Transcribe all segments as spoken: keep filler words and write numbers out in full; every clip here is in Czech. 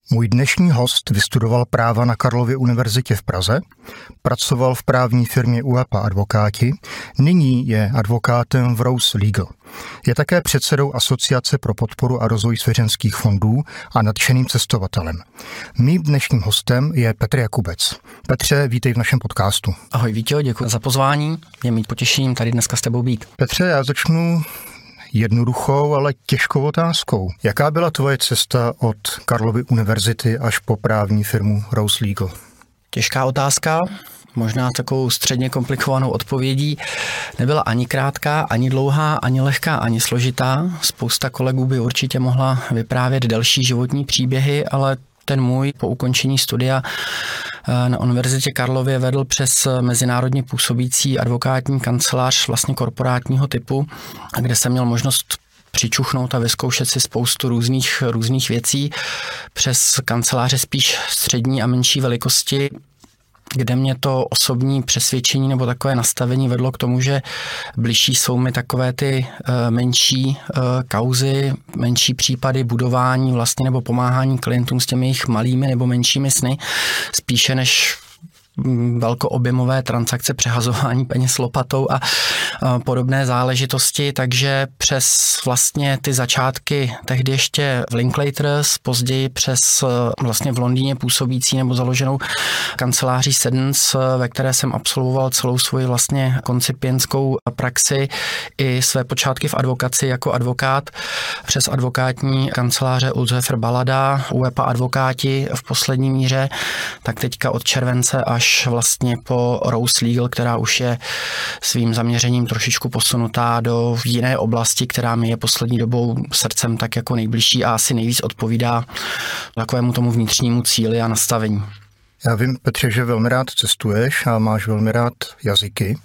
Můj dnešní host vystudoval práva na Karlově univerzitě v Praze, pracoval v právní firmě U E P A Advokáti, nyní je advokátem v Rose Legal. Je také předsedou Asociace pro podporu a rozvoj svěřenských fondů a nadšeným cestovatelem. Mým dnešním hostem je Petr Jakubec. Petře, vítej v našem podcastu. Ahoj Víťo, děkuji za pozvání. Je mít potěšením tady dneska s tebou být. Petře, já začnu jednoduchou, ale těžkou otázkou. Jaká byla tvoje cesta od Karlovy univerzity až po právní firmu Rose Legal? Těžká otázka, možná takovou středně komplikovanou odpovědí. Nebyla ani krátká, ani dlouhá, ani lehká, ani složitá. Spousta kolegů by určitě mohla vyprávět delší životní příběhy, ale ten můj po ukončení studia na Univerzitě Karlově vedl přes mezinárodně působící advokátní kancelář vlastně korporátního typu, kde jsem měl možnost přičuchnout a vyzkoušet si spoustu různých, různých věcí přes kanceláře spíš střední a menší velikosti, kde mě to osobní přesvědčení nebo takové nastavení vedlo k tomu, že bližší jsou mi takové ty menší kauzy, menší případy budování vlastně nebo pomáhání klientům s těmi jejich malými nebo menšími sny, spíše než velkoobjemové transakce, přehazování peněz lopatou a podobné záležitosti, takže přes vlastně ty začátky tehdy ještě v Linklaters, později přes vlastně v Londýně působící nebo založenou kanceláří Sedens, ve které jsem absolvoval celou svoji vlastně koncipientskou praxi i své počátky v advokaci jako advokát, přes advokátní kanceláře Ulzefer Balada, U E P A Advokáti v poslední míře, tak teďka od července až vlastně po Rose Legal, která už je svým zaměřením trošičku posunutá do jiné oblasti, která mi je poslední dobou srdcem tak jako nejbližší a asi nejvíc odpovídá takovému tomu vnitřnímu cíli a nastavení. Já vím, Petře, že velmi rád cestuješ a máš velmi rád jazyky.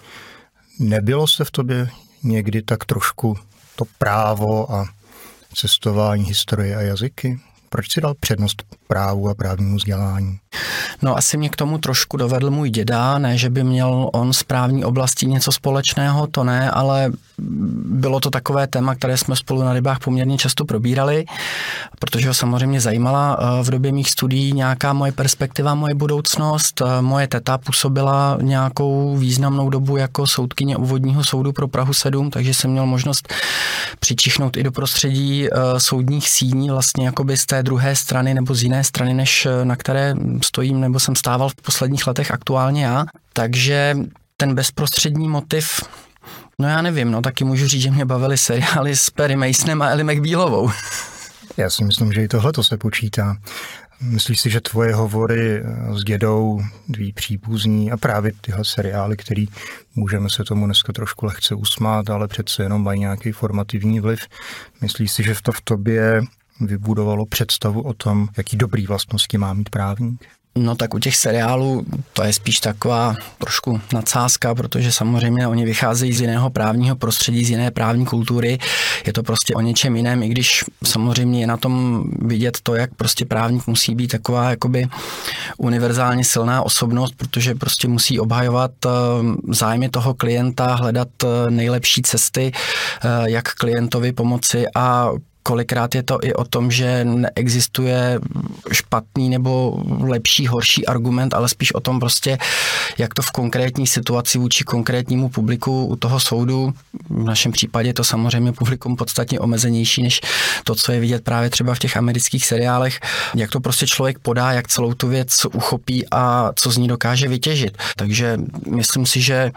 Nebylo se v tobě někdy tak trošku to právo a cestování, historie a jazyky? Proč si dal přednost právu a právnímu vzdělání? No asi mě k tomu trošku dovedl můj děda, ne, že by měl on z právní oblasti něco společného, to ne, ale bylo to takové téma, které jsme spolu na rybách poměrně často probírali, protože ho samozřejmě zajímala v době mých studií nějaká moje perspektiva, moje budoucnost. Moje teta působila nějakou významnou dobu jako soudkyně obvodního soudu pro Prahu sedm, takže jsem měl možnost přičichnout i do prostředí soudních síní vlastně jakoby z té druhé strany nebo z jiné strany, než na které stojím nebo jsem stával v posledních letech aktuálně já. Takže ten bezprostřední motiv, no já nevím, no taky můžu říct, že mě bavily seriály s Perry Masonem a Ellie McBealovou. Já si myslím, že i tohle to se počítá. Myslíš si, že tvoje hovory s dědou, tví příbuzní a právě tyhle seriály, který můžeme se tomu dneska trošku lehce usmát, ale přece jenom mají nějaký formativní vliv. Myslíš si, že to v tobě vybudovalo představu o tom, jaký dobrý vlastnosti má mít právník? No tak u těch seriálů to je spíš taková trošku nadsázka, protože samozřejmě oni vycházejí z jiného právního prostředí, z jiné právní kultury. Je to prostě o něčem jiném, i když samozřejmě je na tom vidět to, jak prostě právník musí být taková jakoby univerzálně silná osobnost, protože prostě musí obhajovat zájmy toho klienta, hledat nejlepší cesty, jak klientovi pomoci a kolikrát je to i o tom, že neexistuje špatný nebo lepší, horší argument, ale spíš o tom prostě, jak to v konkrétní situaci vůči konkrétnímu publiku u toho soudu, v našem případě je to samozřejmě publikum podstatně omezenější než to, co je vidět právě třeba v těch amerických seriálech, jak to prostě člověk podá, jak celou tu věc uchopí a co z ní dokáže vytěžit. Takže myslím si, že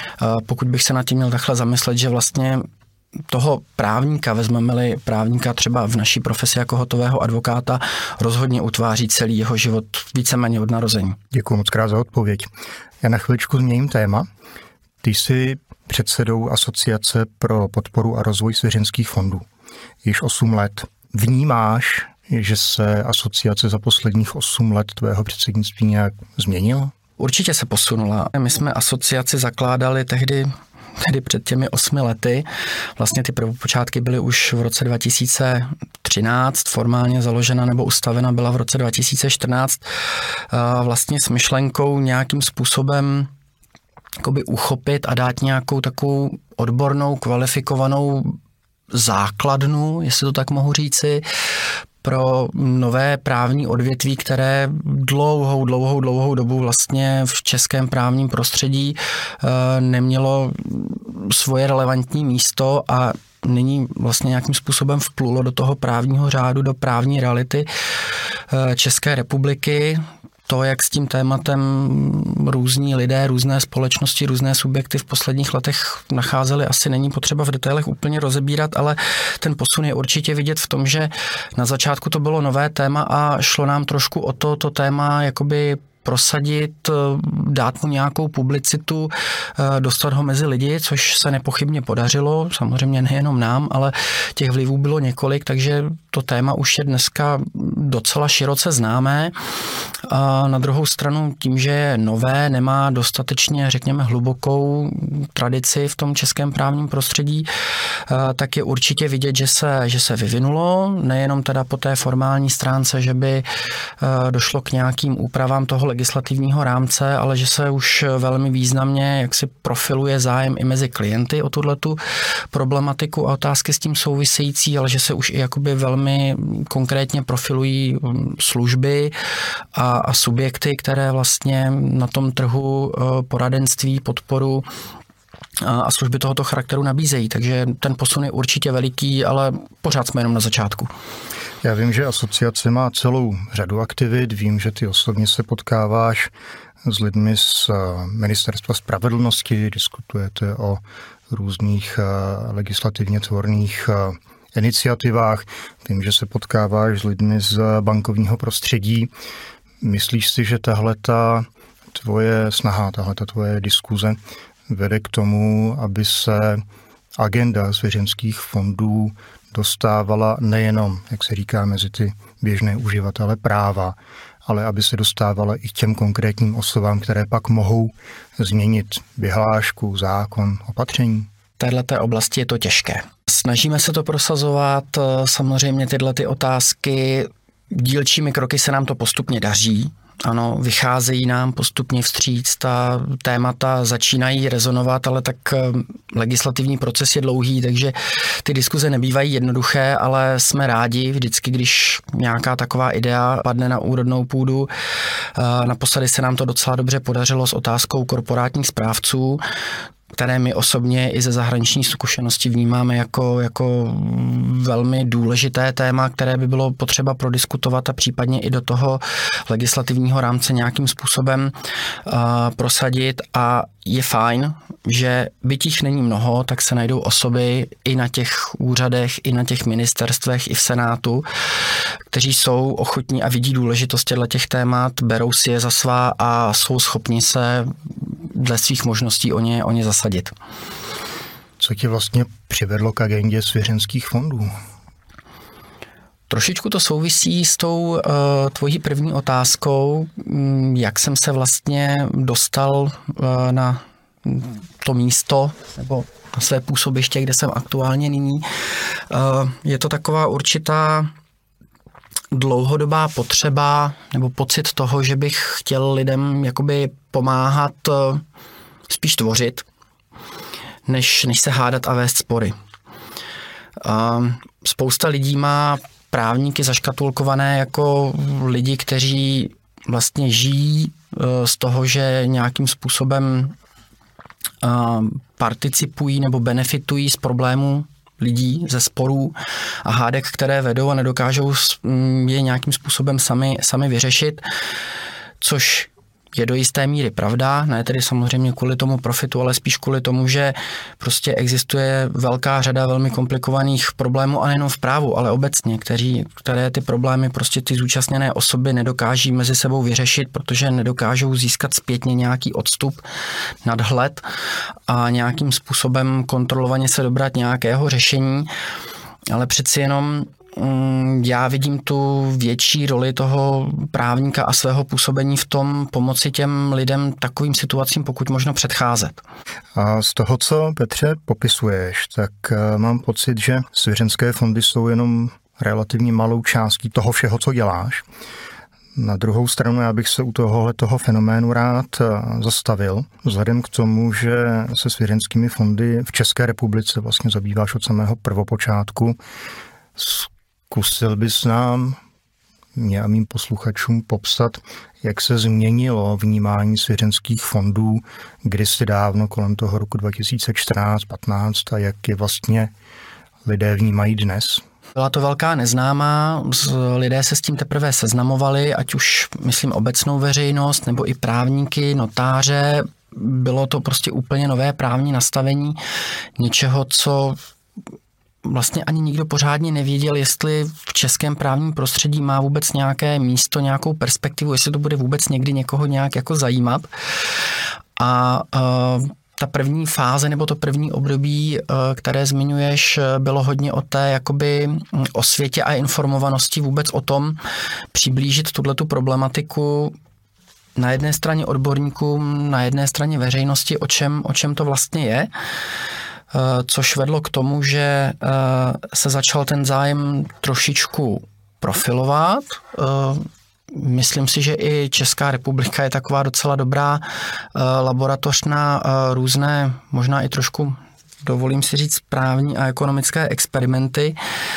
pokud bych se nad tím měl takhle zamyslet, že vlastně toho právníka, vezmeme-li právníka třeba v naší profesi jako hotového advokáta, rozhodně utváří celý jeho život víceméně od narození. Děkuji moc krát za odpověď. Já na chviličku změním téma. Ty jsi předsedou Asociace pro podporu a rozvoj svěřenských fondů. Již osm let. Vnímáš, že se asociace za posledních osm let tvého předsednictví nějak změnila? Určitě se posunula. My jsme asociaci zakládali tehdy tedy před těmi osmi lety. Vlastně ty prvopočátky byly už v roce dva tisíce třináct, formálně založena nebo ustavena byla v roce dva tisíce čtrnáct, vlastně s myšlenkou nějakým způsobem jakoby uchopit a dát nějakou takovou odbornou, kvalifikovanou základnu, jestli to tak mohu říci, pro nové právní odvětví, které dlouhou, dlouhou, dlouhou dobu vlastně v českém právním prostředí nemělo svoje relevantní místo a nyní vlastně nějakým způsobem vplulo do toho právního řádu, do právní reality České republiky. To, jak s tím tématem různí lidé, různé společnosti, různé subjekty v posledních letech nacházeli, asi není potřeba v detailech úplně rozebírat, ale ten posun je určitě vidět v tom, že na začátku to bylo nové téma a šlo nám trošku o to, to téma jakoby prosadit, dát mu nějakou publicitu, dostat ho mezi lidi, což se nepochybně podařilo, samozřejmě nejenom nám, ale těch vlivů bylo několik, takže to téma už je dneska docela široce známé. A na druhou stranu tím, že je nové, nemá dostatečně, řekněme, hlubokou tradici v tom českém právním prostředí, tak je určitě vidět, že se, že se vyvinulo, nejenom teda po té formální stránce, že by došlo k nějakým úpravám toho legislativního rámce, ale že se už velmi významně jaksi profiluje zájem i mezi klienty o tuhletu problematiku a otázky s tím související, ale že se už i jakoby velmi konkrétně profilují služby a, a subjekty, které vlastně na tom trhu poradenství, podporu a služby tohoto charakteru nabízejí. Takže ten posun je určitě veliký, ale pořád jsme jenom na začátku. Já vím, že asociace má celou řadu aktivit, vím, že ty osobně se potkáváš s lidmi z Ministerstva spravedlnosti, diskutujete o různých legislativně tvorných iniciativách, vím, že se potkáváš s lidmi z bankovního prostředí. Myslíš si, že tahleta tvoje snaha, tahleta tvoje diskuze vede k tomu, aby se agenda svěřenských fondů dostávala nejenom, jak se říká, mezi ty běžné uživatele práva, ale aby se dostávala i k těm konkrétním osobám, které pak mohou změnit vyhlášku, zákon, opatření? V této oblasti je to těžké. Snažíme se to prosazovat, samozřejmě tyhle ty otázky, dílčími kroky se nám to postupně daří. Ano, vycházejí nám postupně vstříc, ta témata začínají rezonovat, ale tak legislativní proces je dlouhý, takže ty diskuze nebývají jednoduché, ale jsme rádi vždycky, když nějaká taková idea padne na úrodnou půdu. Naposledy se nám to docela dobře podařilo s otázkou korporátních správců, které my osobně i ze zahraniční zkušenosti vnímáme jako, jako velmi důležité téma, které by bylo potřeba prodiskutovat a případně i do toho legislativního rámce nějakým způsobem uh, prosadit. A je fajn, že byť jich není mnoho, tak se najdou osoby i na těch úřadech, i na těch ministerstvech, i v Senátu, kteří jsou ochotní a vidí důležitost těch témat, berou si je za svá a jsou schopni se dle svých možností o ně, o ně zasadit. Co tě vlastně přivedlo k agendě svěřenských fondů? Trošičku to souvisí s tou uh, tvojí první otázkou, jak jsem se vlastně dostal uh, na to místo nebo na své působiště, kde jsem aktuálně nyní. Uh, je to taková určitá dlouhodobá potřeba nebo pocit toho, že bych chtěl lidem jakoby pomáhat uh, spíš tvořit, než, než se hádat a vést spory. Uh, spousta lidí má právníky zaškatulkované jako lidi, kteří vlastně žijí z toho, že nějakým způsobem participují nebo benefitují z problémů lidí, ze sporů a hádek, které vedou a nedokážou je nějakým způsobem sami, sami vyřešit, což je do jisté míry pravda, ne tedy samozřejmě kvůli tomu profitu, ale spíš kvůli tomu, že prostě existuje velká řada velmi komplikovaných problémů a nejenom v právu, ale obecně, kteří, které ty problémy prostě ty zúčastněné osoby nedokáží mezi sebou vyřešit, protože nedokážou získat zpětně nějaký odstup, nadhled a nějakým způsobem kontrolovaně se dobrat nějakého řešení, ale přeci jenom já vidím tu větší roli toho právníka a svého působení v tom pomoci těm lidem takovým situacím pokud možno předcházet. A z toho, co, Petře, popisuješ, tak mám pocit, že svěřenské fondy jsou jenom relativně malou částí toho všeho, co děláš. Na druhou stranu já bych se u tohohle toho fenoménu rád zastavil, vzhledem k tomu, že se svěřenskými fondy v České republice vlastně zabýváš od samého prvopočátku. Zkusil bys nám, mě a mým posluchačům, popsat, jak se změnilo vnímání svěřenských fondů kdysi dávno kolem toho roku dva tisíce čtrnáct patnáct a jak je vlastně lidé vnímají dnes? Byla to velká neznámá, lidé se s tím teprve seznamovali, ať už, myslím, obecnou veřejnost, nebo i právníky, notáře. Bylo to prostě úplně nové právní nastavení něčeho, co vlastně ani nikdo pořádně nevěděl, jestli v českém právním prostředí má vůbec nějaké místo, nějakou perspektivu, jestli to bude vůbec někdy někoho nějak jako zajímat. A uh, ta první fáze nebo to první období, které zmiňuješ, bylo hodně o té jakoby osvětě a informovanosti vůbec o tom přiblížit tuhletu problematiku na jedné straně odborníkům, na jedné straně veřejnosti, o čem, o čem to vlastně je, což vedlo k tomu, že se začal ten zájem trošičku profilovat. Myslím si, že i Česká republika je taková docela dobrá laboratoř na různé, možná i trošku, dovolím si říct, právní a ekonomické experimenty.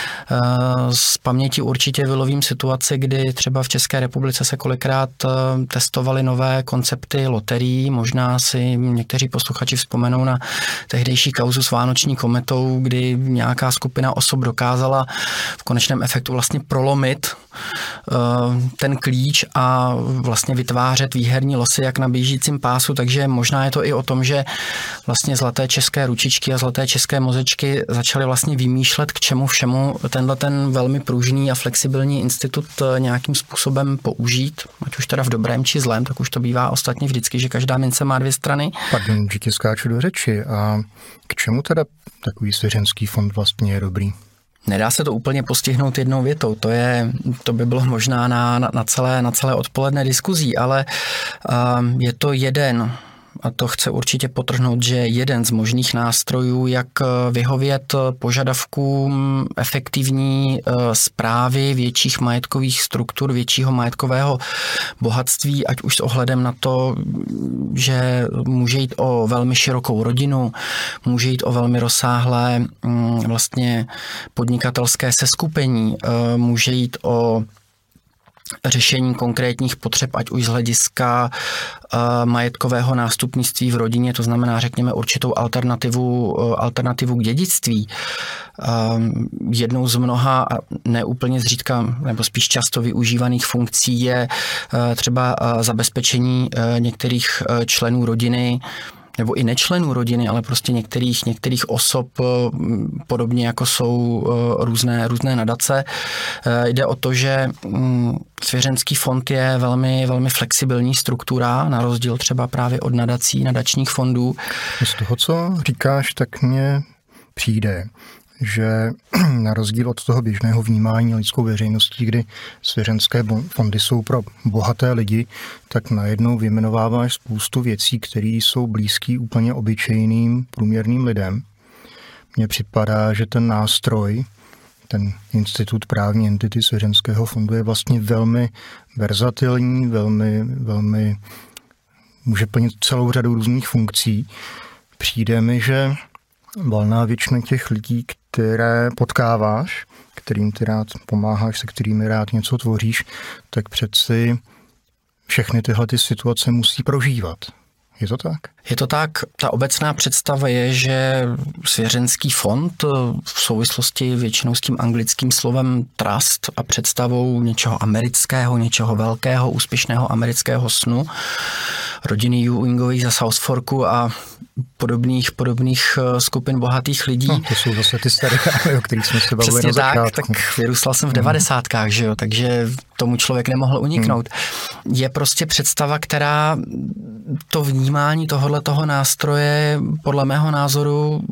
Z paměti určitě vylovím situaci, kdy třeba v České republice se kolikrát testovaly nové koncepty loterií. Možná si někteří posluchači vzpomenou na tehdejší kauzu s Vánoční kometou, kdy nějaká skupina osob dokázala v konečném efektu vlastně prolomit ten klíč a vlastně vytvářet výherní losy jak na běžícím pásu, takže možná je to i o tom, že vlastně zlaté české ručičky a zlaté české mozečky začaly vlastně vymýšlet, k čemu všemu tenhle ten velmi pružný a flexibilní institut nějakým způsobem použít, ať už teda v dobrém či zlém, tak už to bývá ostatně vždycky, že každá mince má dvě strany. Pardon, že ti skáču do řeči. A k čemu teda takový svěřenský fond vlastně je dobrý? Nedá se to úplně postihnout jednou větou, to, je, to by bylo možná na, na, na, celé, na celé odpoledne diskuzí, ale um, je to jeden, a to chce určitě podtrhnout, že jeden z možných nástrojů, jak vyhovět požadavkům efektivní správy větších majetkových struktur, většího majetkového bohatství, ať už s ohledem na to, že může jít o velmi širokou rodinu, může jít o velmi rozsáhlé vlastně podnikatelské seskupení, může jít o řešení konkrétních potřeb, ať už z hlediska uh, majetkového nástupnictví v rodině, to znamená, řekněme, určitou alternativu, uh, alternativu k dědictví. Uh, jednou z mnoha, neúplně zřídka, nebo spíš často využívaných funkcí je uh, třeba uh, zabezpečení uh, některých uh, členů rodiny, nebo i nečlenů rodiny, ale prostě některých, některých osob, podobně jako jsou různé, různé nadace. Jde o to, že svěřenský fond je velmi, velmi flexibilní struktura, na rozdíl třeba právě od nadací, nadačních fondů. Z toho, co říkáš, tak mně přijde, že na rozdíl od toho běžného vnímání lidskou veřejností, kdy svěřenské fondy jsou pro bohaté lidi, tak najednou vyjmenováváš spoustu věcí, které jsou blízký úplně obyčejným průměrným lidem. Mně připadá, že ten nástroj, ten institut právní entity svěřenského fondu je vlastně velmi verzatilní, velmi, velmi může plnit celou řadu různých funkcí. Přijde mi, že valná většina těch lidí, které potkáváš, kterým ty rád pomáháš, se kterými rád něco tvoříš, tak přeci všechny tyhle ty situace musí prožívat. Je to tak? Je to tak. Ta obecná představa je, že svěřenský fond v souvislosti většinou s tím anglickým slovem trust a představou něčeho amerického, něčeho velkého, úspěšného amerického snu, rodiny Ewingových za South Forku a podobných, podobných skupin bohatých lidí. No, to jsou zase ty staré, o kterých jsme se bavili na začátku. Tak, tak vyrůstal jsem v devadesátkách, že jo, takže tomu člověk nemohl uniknout. Hmm. Je prostě představa, která to vnímání tohohle toho nástroje podle mého názoru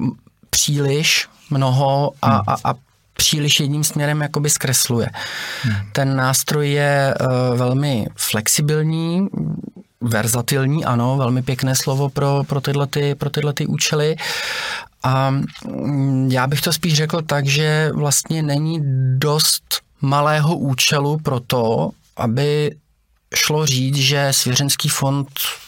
příliš mnoho a, hmm. a, a příliš jedním směrem jakoby zkresluje. Hmm. Ten nástroj je uh, velmi flexibilní, verzatilní, ano, velmi pěkné slovo pro, pro, tyhle, ty, pro tyhle ty účely. A já bych to spíš řekl tak, že vlastně není dost malého účelu pro to, aby šlo říct, že svěřenský fond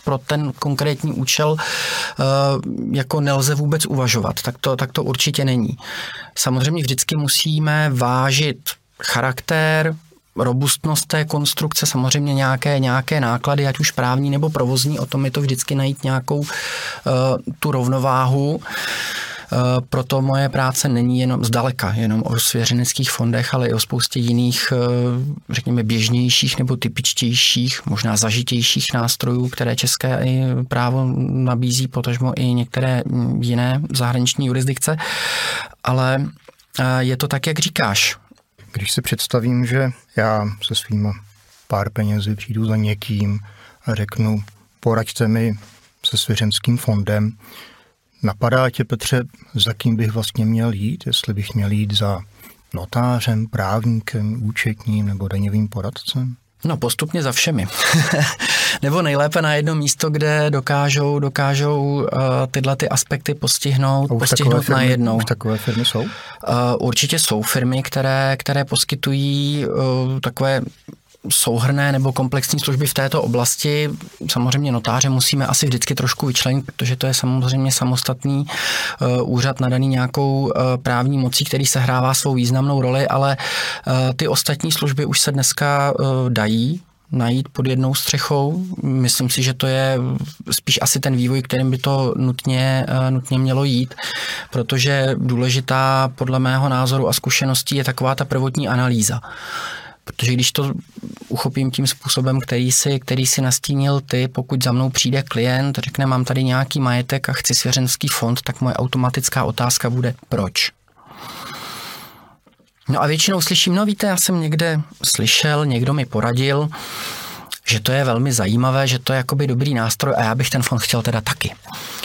pro ten konkrétní účel jako nelze vůbec uvažovat. Tak to, tak to určitě není. Samozřejmě vždycky musíme vážit charakter, robustnost té konstrukce, samozřejmě nějaké, nějaké náklady, ať už právní nebo provozní, o tom je to vždycky najít nějakou uh, tu rovnováhu. Uh, proto moje práce není jenom zdaleka, jenom o svěřeneckých fondech, ale i o spoustě jiných, uh, řekněme, běžnějších nebo typičtějších, možná zažitějších nástrojů, které české právo nabízí, potažmo i některé jiné zahraniční jurisdikce. Ale uh, je to tak, jak říkáš. Když si představím, že já se svýma pár penězi přijdu za někým a řeknu, poraďte mi se svěřenským fondem, napadá tě, Petře, za kým bych vlastně měl jít? Jestli bych měl jít za notářem, právníkem, účetním nebo daňovým poradcem? No postupně za všemi. Nebo nejlépe na jedno místo, kde dokážou, dokážou uh, tyhle ty aspekty postihnout, postihnout firmy, najednou. Už takové firmy jsou? Uh, určitě jsou firmy, které, které poskytují uh, takové souhrnné nebo komplexní služby v této oblasti. Samozřejmě notáře musíme asi vždycky trošku vyčlenit, protože to je samozřejmě samostatný uh, úřad nadaný nějakou uh, právní mocí, který sehrává svou významnou roli, ale uh, ty ostatní služby už se dneska uh, dají najít pod jednou střechou. Myslím si, že to je spíš asi ten vývoj, kterým by to nutně, nutně mělo jít, protože důležitá podle mého názoru a zkušeností je taková ta prvotní analýza. Protože když to uchopím tím způsobem, který si, který si nastínil ty, pokud za mnou přijde klient, řekne, mám tady nějaký majetek a chci svěřenský fond, tak moje automatická otázka bude, proč? No a většinou slyším, no víte, já jsem někde slyšel, někdo mi poradil, že to je velmi zajímavé, že to je jakoby dobrý nástroj a já bych ten fond chtěl teda taky.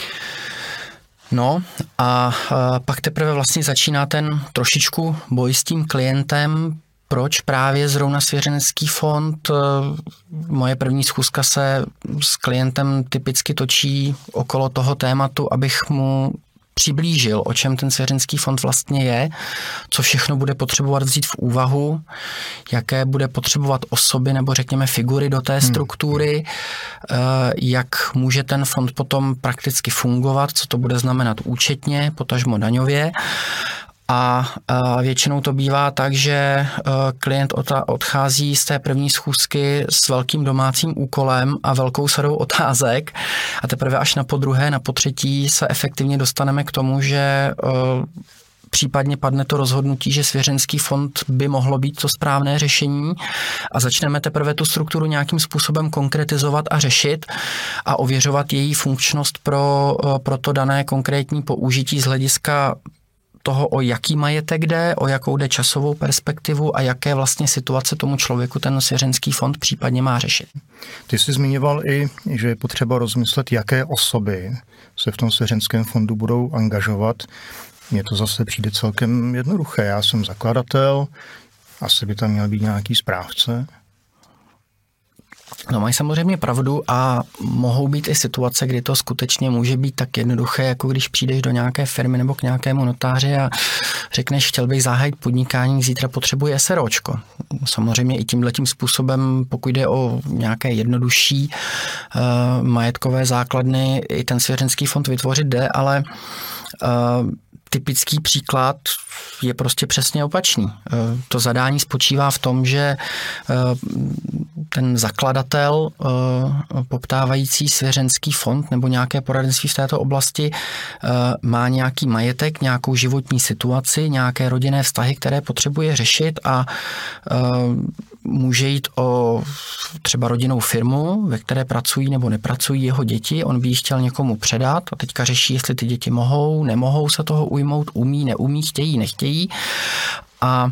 No a, a pak teprve vlastně začíná ten trošičku boj s tím klientem, proč právě zrovna svěřenecký fond. Moje první schůzka se s klientem typicky točí okolo toho tématu, abych mu přiblížil, o čem ten svěřenský fond vlastně je, co všechno bude potřebovat vzít v úvahu, jaké bude potřebovat osoby nebo řekněme figury do té struktury, hmm. jak může ten fond potom prakticky fungovat, co to bude znamenat účetně, potažmo daňově. A většinou to bývá tak, že klient odchází z té první schůzky s velkým domácím úkolem a velkou sadou otázek a teprve až na podruhé, na potřetí se efektivně dostaneme k tomu, že případně padne to rozhodnutí, že svěřenský fond by mohlo být to správné řešení a začneme teprve tu strukturu nějakým způsobem konkretizovat a řešit a ověřovat její funkčnost pro, pro to dané konkrétní použití z hlediska toho, o jaký majetek jde, o jakou jde časovou perspektivu a jaké vlastně situace tomu člověku ten svěřenský fond případně má řešit. Ty jsi zmiňoval i, že je potřeba rozmyslet, jaké osoby se v tom svěřenském fondu budou angažovat. Mně to zase přijde celkem jednoduché. Já jsem zakladatel, asi by tam měl být nějaký správce. No mají samozřejmě pravdu a mohou být i situace, kdy to skutečně může být tak jednoduché, jako když přijdeš do nějaké firmy nebo k nějakému notáři a řekneš, chtěl bych zahájit podnikání, zítra potřebuji SROčko. Samozřejmě i tímhletím způsobem, pokud jde o nějaké jednodušší uh, majetkové základny, i ten svěřenský fond vytvořit jde, ale uh, typický příklad je prostě přesně opačný. To zadání spočívá v tom, že ten zakladatel poptávající svěřenský fond nebo nějaké poradenství v této oblasti má nějaký majetek, nějakou životní situaci, nějaké rodinné vztahy, které potřebuje řešit a může jít o třeba rodinnou firmu, ve které pracují nebo nepracují jeho děti, on by ji chtěl někomu předat a teďka řeší, jestli ty děti mohou, nemohou se toho ujmout, umí, neumí, chtějí, nechtějí. A, a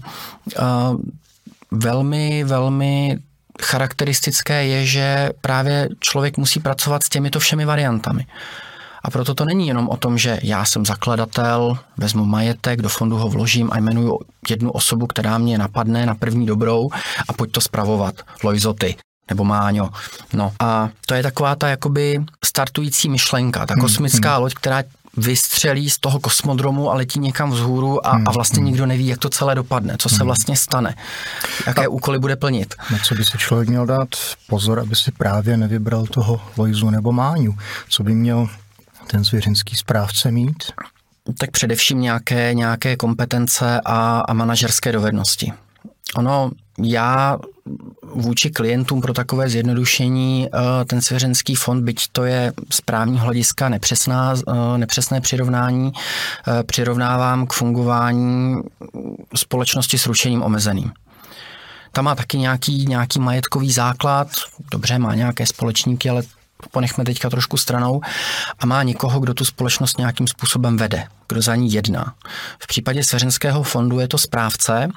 velmi, velmi charakteristické je, že právě člověk musí pracovat s těmito všemi variantami. A proto to není jenom o tom, že já jsem zakladatel, vezmu majetek, do fondu ho vložím a jmenuji jednu osobu, která mě napadne na první dobrou a pojď to spravovat. Lojzo, ty. Nebo Máňo. No a to je taková ta jakoby startující myšlenka, ta kosmická hmm. loď, která vystřelí z toho kosmodromu a letí někam vzhůru a, hmm. a vlastně nikdo neví, jak to celé dopadne, co se hmm. vlastně stane, jaké a úkoly bude plnit. Na co by si člověk měl dát pozor, aby si právě nevybral toho Lojzu nebo Máňu? Co by měl ten zvěřinský správce mít? Tak především nějaké, nějaké kompetence a, a manažerské dovednosti. Ono, já vůči klientům pro takové zjednodušení ten svěřenský fond, byť to je z právního hlediska nepřesná, nepřesné přirovnání, přirovnávám k fungování společnosti s ručením omezeným. Ta má taky nějaký, nějaký majetkový základ, dobře, má nějaké společníky, ale ponechme teďka trošku stranou, a má někoho, kdo tu společnost nějakým způsobem vede, kdo za ní jedná. V případě svěřenského fondu je to správce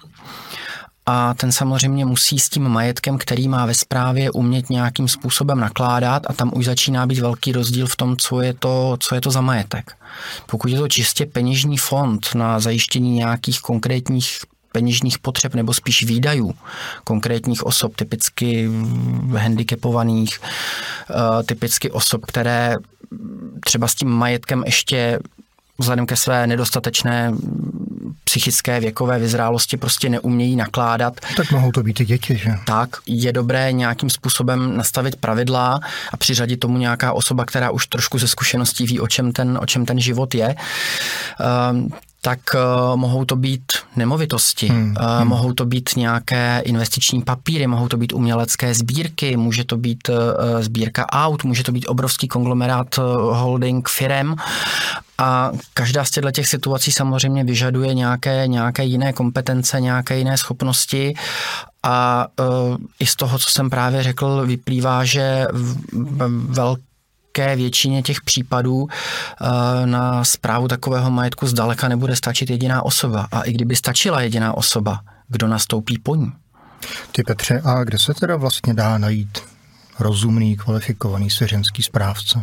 a ten samozřejmě musí s tím majetkem, který má ve správě, umět nějakým způsobem nakládat a tam už začíná být velký rozdíl v tom, co je to, co je to za majetek. Pokud je to čistě peněžní fond na zajištění nějakých konkrétních peněžních potřeb nebo spíš výdajů konkrétních osob, typicky handicapovaných, typicky osob, které třeba s tím majetkem ještě vzhledem ke své nedostatečné psychické věkové vyzrálosti prostě neumějí nakládat. Tak mohou to být i děti, že? Tak, je dobré nějakým způsobem nastavit pravidla a přiřadit tomu nějaká osoba, která už trošku ze zkušeností ví, o čem ten, o čem ten život je. Um, tak uh, mohou to být nemovitosti, hmm, uh, hmm. mohou to být nějaké investiční papíry, mohou to být umělecké sbírky, může to být uh, sbírka aut, může to být obrovský konglomerát uh, holding firem a každá z těchto těch situací samozřejmě vyžaduje nějaké, nějaké jiné kompetence, nějaké jiné schopnosti a uh, i z toho, co jsem právě řekl, vyplývá, že velký většině těch případů na správu takového majetku zdaleka nebude stačit jediná osoba. A i kdyby stačila jediná osoba, kdo nastoupí po ní? Ty Petře, a kde se teda vlastně dá najít rozumný, kvalifikovaný svěřenský správce?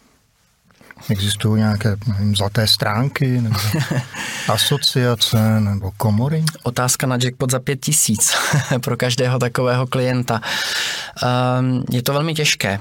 Existují nějaké nevím, zlaté stránky, nebo asociace, nebo komory? Otázka na jackpot za pět tisíc pro každého takového klienta. Je to velmi těžké.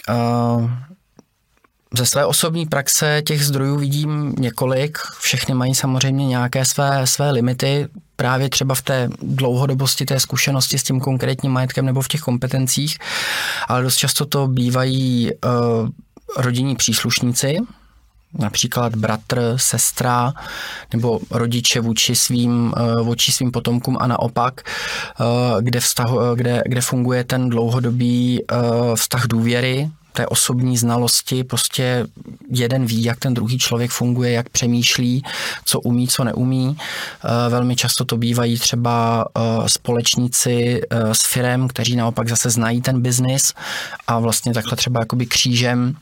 Ze své osobní praxe těch zdrojů vidím několik, všechny mají samozřejmě nějaké své, své limity, právě třeba v té dlouhodobosti té zkušenosti s tím konkrétním majetkem nebo v těch kompetencích, ale dost často to bývají uh, rodinní příslušníci, například bratr, sestra nebo rodiče vůči svým, vůči svým potomkům a naopak, kde, vztah, kde, kde funguje ten dlouhodobý vztah důvěry, té osobní znalosti, prostě jeden ví, jak ten druhý člověk funguje, jak přemýšlí, co umí, co neumí. Velmi často to bývají třeba společníci s firem, kteří naopak zase znají ten biznis a vlastně takhle třeba jakoby křížem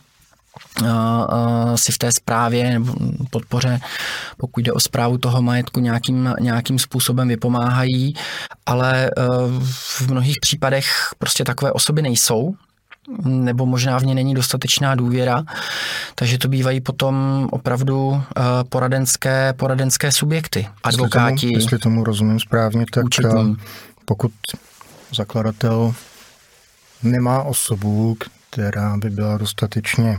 si v té správě nebo podpoře, pokud jde o správu toho majetku, nějakým, nějakým způsobem vypomáhají, ale v mnohých případech prostě takové osoby nejsou, nebo možná v ně není dostatečná důvěra, takže to bývají potom opravdu poradenské, poradenské subjekty, advokáti. Jestli tomu, jestli tomu rozumím správně, tak účetní. Pokud zakladatel nemá osobu, která by byla dostatečně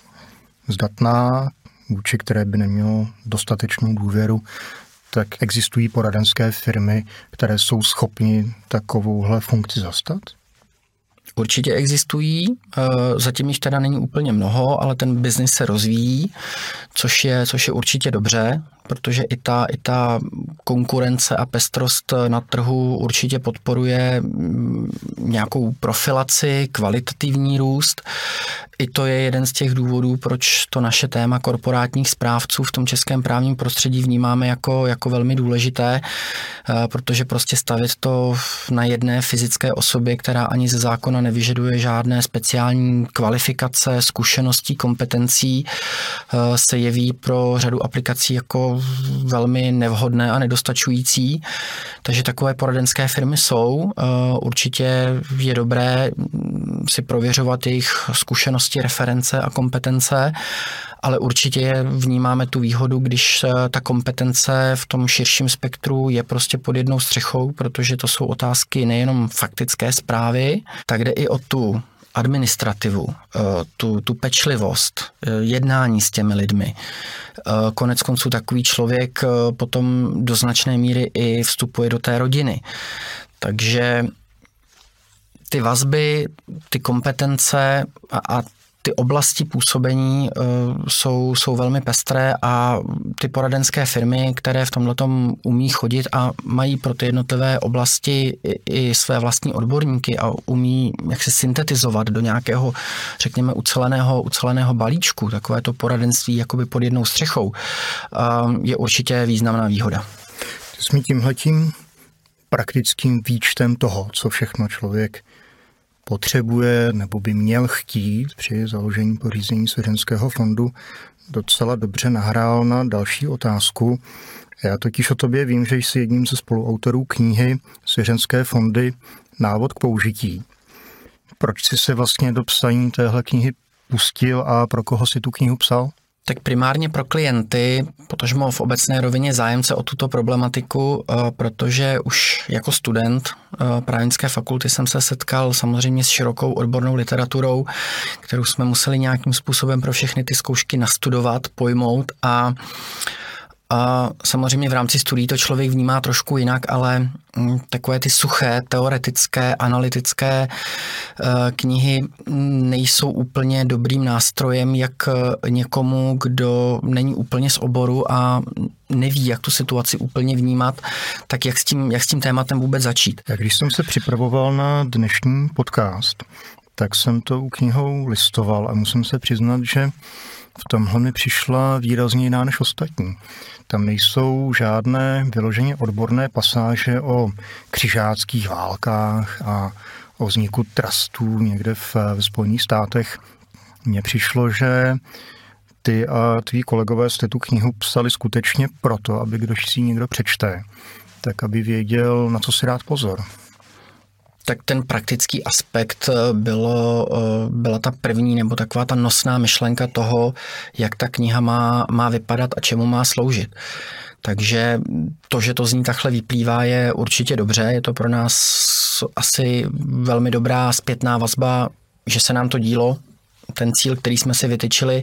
zdatná, vůči které by nemělo dostatečnou důvěru, tak existují poradenské firmy, které jsou schopni takovouhle funkci zastat? Určitě existují, zatím jich teda není úplně mnoho, ale ten biznis se rozvíjí, což je, což je určitě dobře, protože i ta, i ta konkurence a pestrost na trhu určitě podporuje nějakou profilaci, kvalitativní růst. I to je jeden z těch důvodů, proč to naše téma korporátních správců v tom českém právním prostředí vnímáme jako, jako velmi důležité, protože prostě stavět to na jedné fyzické osobě, která ani ze zákona nevyžaduje žádné speciální kvalifikace, zkušeností, kompetencí, se jeví pro řadu aplikací jako velmi nevhodné a nedostačující. Takže takové poradenské firmy jsou. Určitě je dobré si prověřovat jejich zkušenosti, reference a kompetence, ale určitě vnímáme tu výhodu, když ta kompetence v tom širším spektru je prostě pod jednou střechou, protože to jsou otázky nejenom faktické správy, tak jde i o tu administrativu, tu, tu pečlivost, jednání s těmi lidmi. Konec konců takový člověk potom do značné míry i vstupuje do té rodiny. Takže ty vazby, ty kompetence a, a ty oblasti působení uh, jsou, jsou velmi pestré a ty poradenské firmy, které v tomhletom umí chodit a mají pro ty jednotlivé oblasti i, i své vlastní odborníky a umí jak se syntetizovat do nějakého, řekněme, uceleného, uceleného balíčku, takové to poradenství jakoby pod jednou střechou, uh, je určitě významná výhoda. Ty jsi mi tímhletím praktickým výčtem toho, co všechno člověk potřebuje nebo by měl chtít při založení pořízení svěřenského fondu, docela dobře nahrál na další otázku. Já totiž o tobě vím, že jsi jedním ze spoluautorů knihy Svěřenské fondy Návod k použití. Proč jsi se vlastně do psaní téhle knihy pustil a pro koho si tu knihu psal? Tak primárně pro klienty, potažmo v obecné rovině zájemce o tuto problematiku, protože už jako student právnické fakulty jsem se setkal samozřejmě s širokou odbornou literaturou, kterou jsme museli nějakým způsobem pro všechny ty zkoušky nastudovat, pojmout a A samozřejmě v rámci studií to člověk vnímá trošku jinak, ale takové ty suché, teoretické, analytické knihy nejsou úplně dobrým nástrojem, jak někomu, kdo není úplně z oboru a neví, jak tu situaci úplně vnímat, tak jak s tím, jak s tím tématem vůbec začít. Jak když jsem se připravoval na dnešní podcast, tak jsem tou knihou listoval a musím se přiznat, že v tomhle mi přišla výrazně jiná než ostatní. Tam nejsou žádné vyloženě odborné pasáže o křižáckých válkách a o vzniku trustů někde v, v Spojených státech. Mně přišlo, že ty a tví kolegové jste tu knihu psali skutečně proto, aby když si ji někdo přečte, tak aby věděl, na co si dát pozor. Tak ten praktický aspekt bylo, byla ta první nebo taková ta nosná myšlenka toho, jak ta kniha má, má vypadat a čemu má sloužit. Takže to, že to z ní takhle vyplývá, je určitě dobře. Je to pro nás asi velmi dobrá zpětná vazba, že se nám to dílo, ten cíl, který jsme si vytyčili,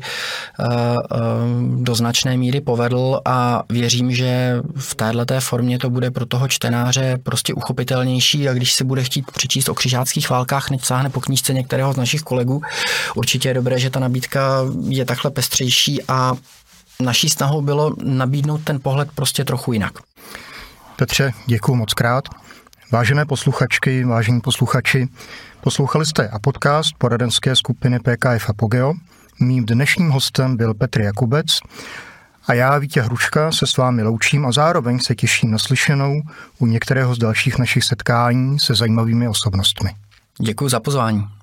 do značné míry povedl a věřím, že v téhleté formě to bude pro toho čtenáře prostě uchopitelnější a když si bude chtít přečíst o křižáckých válkách, než sáhne po knížce některého z našich kolegů, určitě je dobré, že ta nabídka je takhle pestřejší a naší snahou bylo nabídnout ten pohled prostě trochu jinak. Petře, děkuju moc krát. Vážené posluchačky, vážení posluchači, poslouchali jste a podcast poradenské skupiny P K F Apogeo. Mým dnešním hostem byl Petr Jakubec a já, Vítě Hruška, se s vámi loučím a zároveň se těším na slyšenou u některého z dalších našich setkání se zajímavými osobnostmi. Děkuji za pozvání.